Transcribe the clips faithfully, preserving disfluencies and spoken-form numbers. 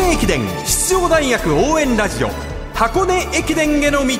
根駅伝出場大学応援ラジオ、箱根駅伝への道。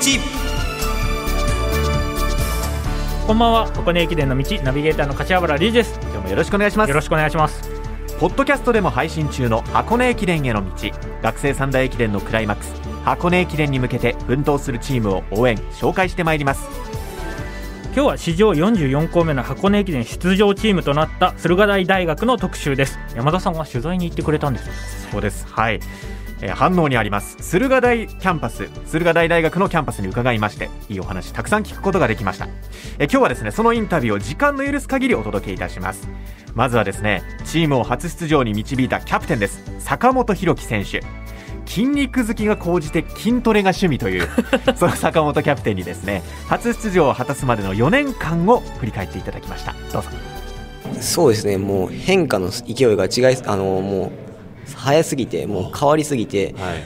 こんばんは。箱根駅伝の道ナビゲーターの柏原理事です。 今日もよろしくお願いします。 よろしくお願いします。 ポッドキャストでも配信中の箱根駅伝への道、学生三大駅伝のクライマックス箱根駅伝に向けて奮闘するチームを応援紹介してまいります。 今日は史上よんじゅうよん校目の箱根駅伝出場チームとなった駿河台大学の特集です。山田さんが取材に行ってくれたんですよ。 そうです、はい、えー、飯能にあります駿河台キャンパス、駿河台大学のキャンパスに伺いまして、いいお話たくさん聞くことができました。えー、今日はですね、そのインタビューを時間の許す限りお届けいたします。まずはですね、チームを初出場に導いたキャプテンです。坂本大輝選手、筋肉好きが高じて筋トレが趣味というその坂本キャプテンにですね、初出場を果たすまでのよねんかんを振り返っていただきました。どうぞ。 そうですね、もう変化の勢いが違い、あのもう早すぎて、もう変わりすぎて、はい、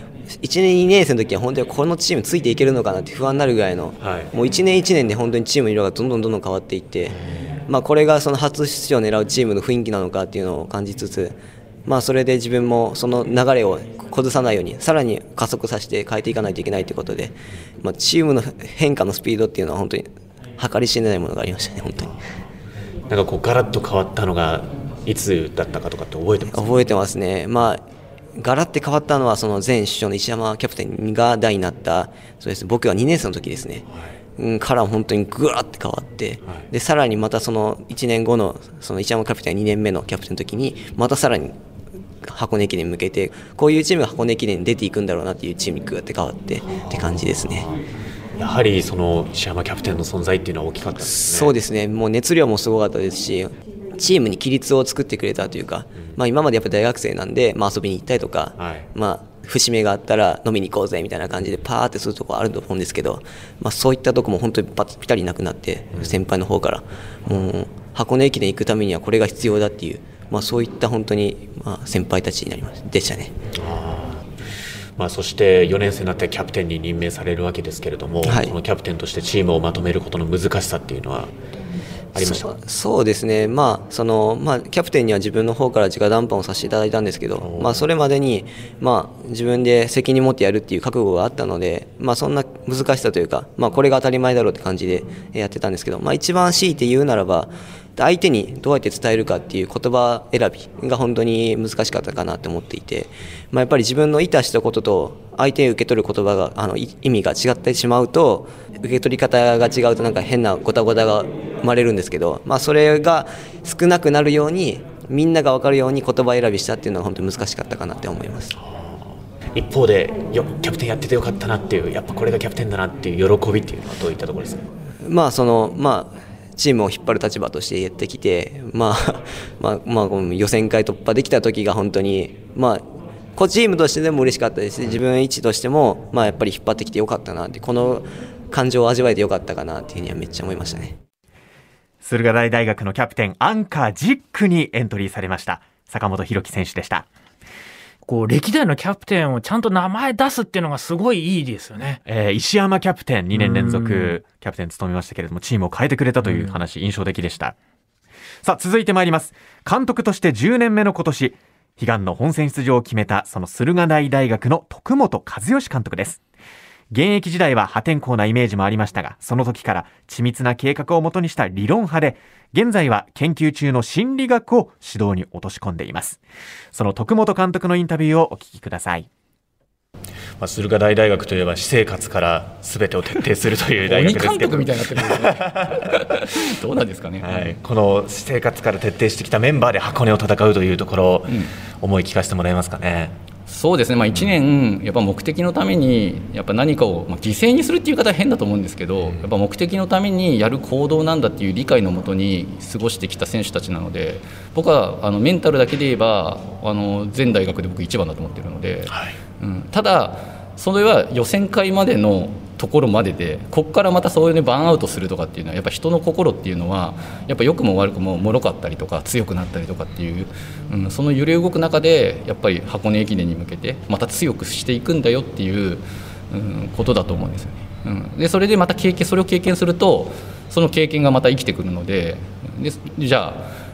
いちねんにねん生の時は本当にこのチームついていけるのかなって不安になるぐらいの、はい、もういちねんいちねんで本当にチームの色がどんどんどんどん変わっていって、まあ、これがその初出場を狙うチームの雰囲気なのかっていうのを感じつつ、まあ、それで自分もその流れを崩さないようにさらに加速させて変えていかないといけないということで、まあ、チームの変化のスピードっていうのは本当に計り知れないものがありましたね。本当になんかこうガラッと変わったのがいつだったかとかって覚えてますか？ 覚えてますね。まあガラッて変わったのはその前主将の石山キャプテンが代になった、そうです、僕はにねん生の時ですね、はい、うん、から本当にぐわって変わって、はい、でさらにまたそのいちねんごのその石山キャプテンにねんめのキャプテンの時にまたさらに箱根駅伝に向けて、こういうチームが箱根駅伝に出ていくんだろうなっていうチームにぐわって変わってって感じですね。 やはりその石山キャプテンの存在っていうのは大きかったですね。 そうですね、もう熱量もすごかったですし、チームに規律を作ってくれたというか、まあ、今までやっぱり大学生なんで、まあ、遊びに行ったりとか、はい、まあ、節目があったら飲みに行こうぜみたいな感じでパーってするところあると思うんですけど、まあ、そういったところも本当にパッピタリなくなって、先輩の方からもう箱根駅伝行くためにはこれが必要だっていう、まあ、そういった本当にまあ先輩たちになりまでしたね。 あ、まあ、そしてよねん生になってキャプテンに任命されるわけですけれども、はい、このキャプテンとしてチームをまとめることの難しさっていうのはありましたか？ そ, そうですね、まあそのまあ、キャプテンには自分の方から直談判をさせていただいたんですけど、まあ、それまでに、まあ、自分で責任持ってやるっていう覚悟があったので、まあ、そんな難しさというか、まあ、これが当たり前だろうって感じでやってたんですけど、まあ、一番強いて言うならば相手にどうやって伝えるかっていう言葉選びが本当に難しかったかなと思っていて、まあ、やっぱり自分の意図したことと相手に受け取る言葉があの意味が違ってしまうと、受け取り方が違うとなんか変なゴタゴタが生まれるんですけど、まあ、それが少なくなるようにみんなが分かるように言葉選びしたっていうのが本当に難しかったかなって思います。 一方でよキャプテンやっててよかったなっていう、やっぱこれがキャプテンだなっていう喜びっていうのはどういったところですか？ まあそのまあチームを引っ張る立場としてやってきて、まあまあまあ、予選会突破できた時が本当に、まあ、個チームとしてでも嬉しかったですし、自分一としても、まあ、やっぱり引っ張ってきてよかったなって、この感情を味わえてよかったかなっていうふうにはめっちゃ思いましたね。 駿河台大学のキャプテン、アンカーじゅっくにエントリーされました坂本大輝選手でした。 こう歴代のキャプテンをちゃんと名前出すっていうのがすごいいいですよね。 えー、石山キャプテンにねん連続キャプテン務めましたけれども、チームを変えてくれたという話、印象的でした。さあ続いてまいります。監督としてじゅうねんめの今年、悲願の本戦出場を決めたその駿河台大学の徳本一善監督です。現役時代は破天荒なイメージもありましたが、その時から緻密な計画をもとにした理論派で、現在は研究中の心理学を指導に落とし込んでいます。その徳本監督のインタビューをお聞きください。まあ、駿河台大学といえば私生活から全てを徹底するという大学ですけど、 鬼監督みたいになってるんですねどうなんですかね、 はい、この私生活から徹底してきたメンバーで箱根を戦うというところ、うん、思い聞かせてもらえますかね。 そうですね、まあ、いちねんやっぱ目的のためにやっぱ何かを、まあ、犠牲にするっていう方は変だと思うんですけど、やっぱ目的のためにやる行動なんだっていう理解のもとに過ごしてきた選手たちなので、僕はあのメンタルだけで言えばあの全大学で僕一番だと思っているので、はい、うん、ただそれは予選会までのところまでで、ここからまたそういうねバーンアウトするとかっていうのはやっぱ人の心っていうのはやっぱ良くも悪くも脆かったりとか強くなったりとかっていう、うん、その揺れ動く中でやっぱり箱根駅伝に向けてまた強くしていくんだよっていう、うん、ことだと思うんですよね、うん、でそれでまた経験それを経験するとその経験がまた生きてくるので、でじゃあ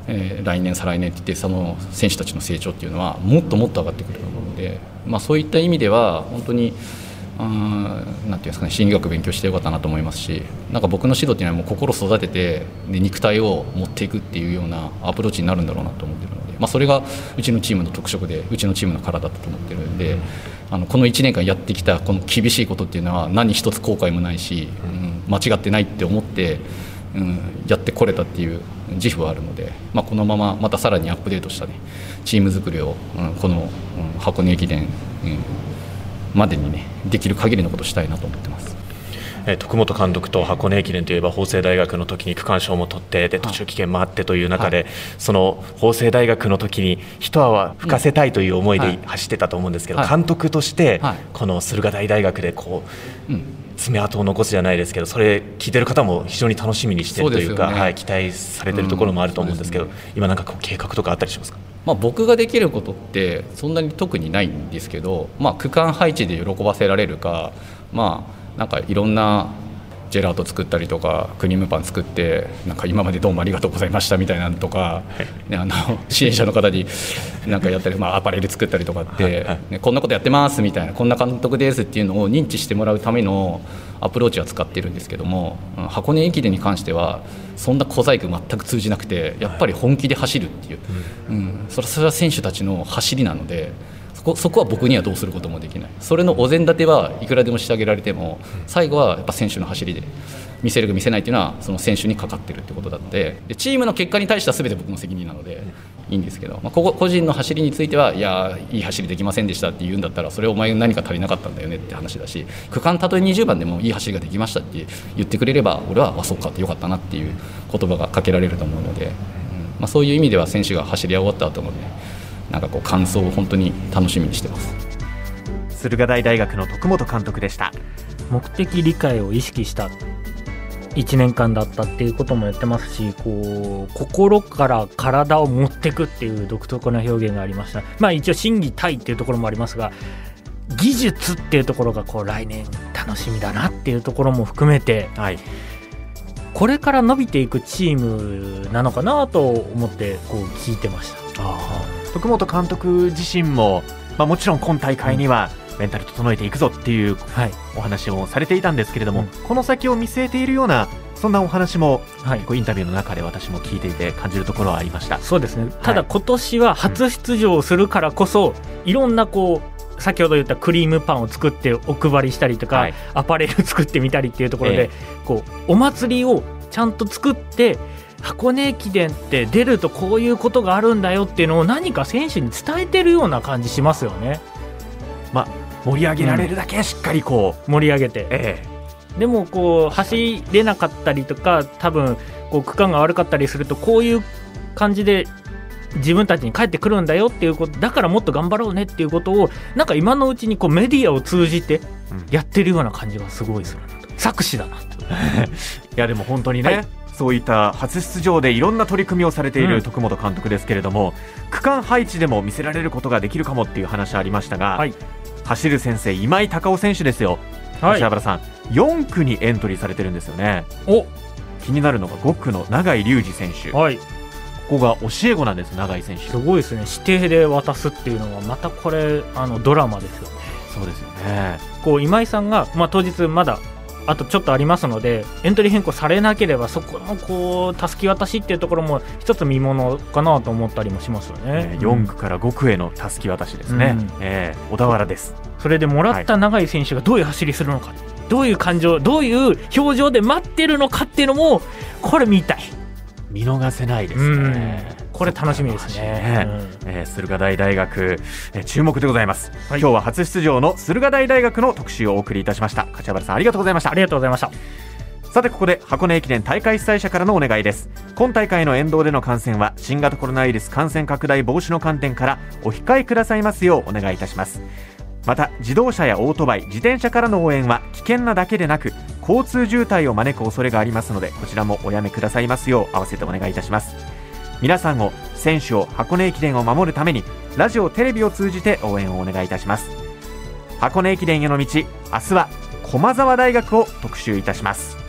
えー、来年再来年っていってその選手たちの成長っていうのはもっともっと上がってくると思うので、まあ、そういった意味では本当になんていうんですかね、心理学勉強してよかったなと思いますし、なんか僕の指導っていうのはもう心を育ててで肉体を持っていくっていうようなアプローチになるんだろうなと思っているので、まあ、それがうちのチームの特色でうちのチームの殻だったと思っているので、あのこのいちねんかんやってきたこの厳しいことっていうのは何一つ後悔もないし、うん、間違ってないって思って、うん、やってこれたっていう自負はあるので、まあ、このまままたさらにアップデートした、ね、チーム作りを、うん、この、うん、箱根駅伝、うんまでにねできる限りのことをしたいなと思ってます。 えー、徳本監督と箱根駅伝といえば法政大学の時に区間賞も取ってで途中棄権もあってという中で、はい、その法政大学の時に一泡吹かせたいという思いで走ってたと思うんですけど、はい、監督としてこの駿河台大学でこう、うん、爪痕を残すじゃないですけど、それ聞いてる方も非常に楽しみにしているというか、ねはい、期待されているところもあると思うんですけど、うんね、今なんかこう計画とかあったりしますか？ まあ、僕ができることってそんなに特にないんですけど、まあ、区間配置で喜ばせられるか、まあ、なんかいろんなジェラート作ったりとかクリームパン作ってなんか今までどうもありがとうございましたみたいなのとか、はいね、あの支援者の方になんかやったり、まあ、アパレル作ったりとかって、はいはいね、こんなことやってますみたいな、こんな監督ですっていうのを認知してもらうためのアプローチは使ってるんですけども、箱根駅伝に関してはそんな小細工全く通じなくて、やっぱり本気で走るっていう、うんうん、それそれは選手たちの走りなので、そこ、そこは僕にはどうすることもできない。それのお膳立てはいくらでもしてあげられても、最後はやっぱ選手の走りで見せるか見せないというのはその選手にかかってるってことだって、でチームの結果に対しては全て僕の責任なのでいいんですけど、まあ、ここ個人の走りについてはいやいい走りできませんでしたって言うんだったら、それお前何か足りなかったんだよねって話だし、区間たとえにじゅうばんでもいい走りができましたって言ってくれれば、俺はあそうかってよかったなっていう言葉がかけられると思うので、うんまあ、そういう意味では選手が走り終わった後のね、なんかこう感想を本当に楽しみにしてます。 駿河台大学の徳本監督でした。 目的理解を意識したいちねんかんだったっていうこともやってますし、こう心から体を持ってくっていう独特な表現がありました。まあ一応心技体っていうところもありますが、技術っていうところがこう来年楽しみだなっていうところも含めて、はい、これから伸びていくチームなのかなと思ってこう聞いてました。 あ徳本監督自身も、まあ、もちろん今大会にはメンタル整えていくぞっていうお話をされていたんですけれども、はい、この先を見据えているようなそんなお話も、はい、インタビューの中で私も聞いていて感じるところはありました。 そうですね、ただ今年は初出場するからこそ、うん、いろんなこう先ほど言ったクリームパンを作ってお配りしたりとか、はい、アパレル作ってみたりっていうところで、えー、こうお祭りをちゃんと作って箱根駅伝って出るとこういうことがあるんだよっていうのを何か選手に伝えてるような感じしますよね。 まあ、盛り上げられるだけしっかりこう、 うん、盛り上げて、 ええ、でもこう走れなかったりとか多分こう区間が悪かったりするとこういう感じで自分たちに返ってくるんだよっていうことだから、もっと頑張ろうねっていうことをなんか今のうちにこうメディアを通じてやってるような感じがすごいするなと、作詞だなといやでも本当にね、はい、そういった初出場でいろんな取り組みをされている徳本監督ですけれども、うん、区間配置でも見せられることができるかもっていう話ありましたが、はい、走る先生今井隆夫選手ですよ。柏原さん、はい、よんくにエントリーされてるんですよね。お気になるのがごくの永井隆二選手、はい、ここが教え子なんです。永井選手すごいですね。指定で渡すっていうのはまたこれあのドラマですよね。 そうですよね。 こう今井さんが、まあ、当日まだあとちょっとありますのでエントリー変更されなければそこのこうたすき渡しっていうところも一つ見ものかなと思ったりもしますよね、 えー、よんくからごくへのたすき渡しですね、うんえー、小田原です。 それでもらった永井選手がどういう走りするのか、はい、どういう感情どういう表情で待ってるのかっていうのもこれ見たい、 見逃せないですね。 これ楽しみですね。 うんえー、駿河台大学、えー、注目でございます、はい、今日は初出場の駿河台大学の特集をお送りいたしました。柏原さんありがとうございました。 ありがとうございました。 さてここで箱根駅伝大会主催者からのお願いです。今大会の沿道での観戦は新型コロナウイルス感染拡大防止の観点からお控えくださいますようお願いいたします。また自動車やオートバイ自転車からの応援は危険なだけでなく交通渋滞を招く恐れがありますのでこちらもおやめくださいますよう合わせてお願いいたします。皆さんを選手を箱根駅伝を守るためにラジオテレビを通じて応援をお願いいたします。箱根駅伝への道、明日は駒澤大学を特集いたします。